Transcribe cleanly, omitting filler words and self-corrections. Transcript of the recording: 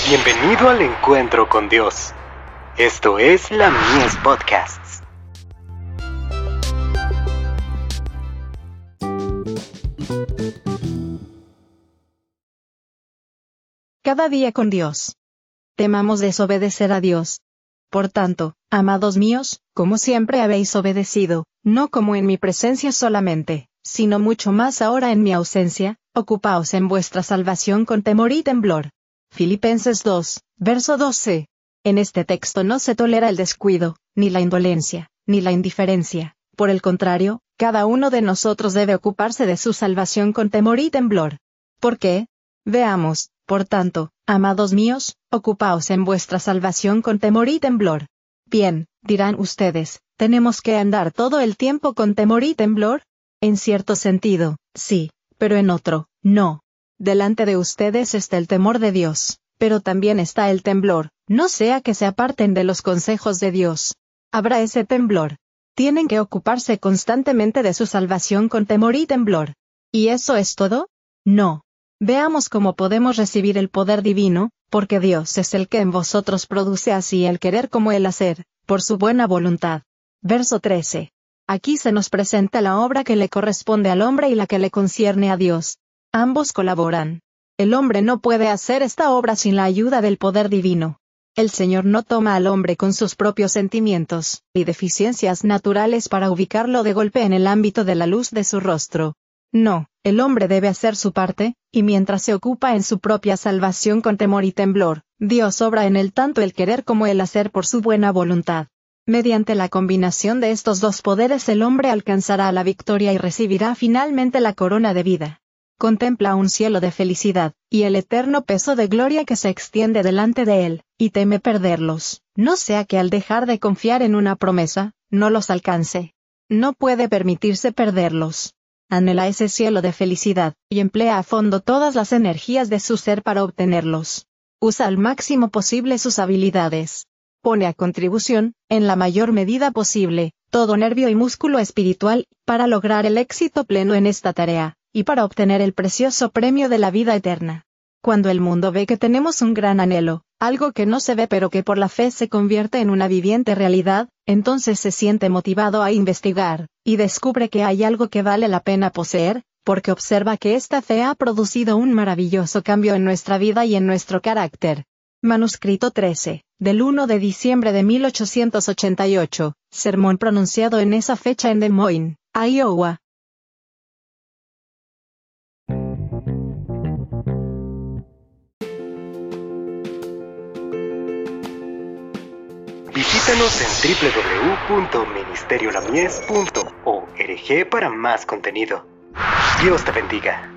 Bienvenido al encuentro con Dios. Esto es la Mies Podcasts. Cada día con Dios. Temamos desobedecer a Dios. Por tanto, amados míos, como siempre habéis obedecido, no como en mi presencia solamente, sino mucho más ahora en mi ausencia, ocupaos en vuestra salvación con temor y temblor. Filipenses 2, verso 12. En este texto no se tolera el descuido, ni la indolencia, ni la indiferencia. Por el contrario, cada uno de nosotros debe ocuparse de su salvación con temor y temblor. ¿Por qué? Veamos, por tanto, amados míos, ocupaos en vuestra salvación con temor y temblor. Bien, dirán ustedes, ¿tenemos que andar todo el tiempo con temor y temblor? En cierto sentido, sí, pero en otro, no. Delante de ustedes está el temor de Dios, pero también está el temblor, no sea que se aparten de los consejos de Dios. Habrá ese temblor. Tienen que ocuparse constantemente de su salvación con temor y temblor. ¿Y eso es todo? No. Veamos cómo podemos recibir el poder divino, porque Dios es el que en vosotros produce así el querer como el hacer, por su buena voluntad. Verso 13. Aquí se nos presenta la obra que le corresponde al hombre y la que le concierne a Dios. Ambos colaboran. El hombre no puede hacer esta obra sin la ayuda del poder divino. El Señor no toma al hombre con sus propios sentimientos y deficiencias naturales para ubicarlo de golpe en el ámbito de la luz de su rostro. No, el hombre debe hacer su parte, y mientras se ocupa en su propia salvación con temor y temblor, Dios obra en él tanto el querer como el hacer por su buena voluntad. Mediante la combinación de estos dos poderes el hombre alcanzará la victoria y recibirá finalmente la corona de vida. Contempla un cielo de felicidad, y el eterno peso de gloria que se extiende delante de él, y teme perderlos, no sea que al dejar de confiar en una promesa, no los alcance. No puede permitirse perderlos. Anhela ese cielo de felicidad, y emplea a fondo todas las energías de su ser para obtenerlos. Usa al máximo posible sus habilidades. Pone a contribución, en la mayor medida posible, todo nervio y músculo espiritual, para lograr el éxito pleno en esta tarea, y para obtener el precioso premio de la vida eterna. Cuando el mundo ve que tenemos un gran anhelo, algo que no se ve pero que por la fe se convierte en una viviente realidad, entonces se siente motivado a investigar, y descubre que hay algo que vale la pena poseer, porque observa que esta fe ha producido un maravilloso cambio en nuestra vida y en nuestro carácter. Manuscrito 13, del 1 de diciembre de 1888, sermón pronunciado en esa fecha en Des Moines, Iowa. Visítanos en www.ministeriolamies.org para más contenido. Dios te bendiga.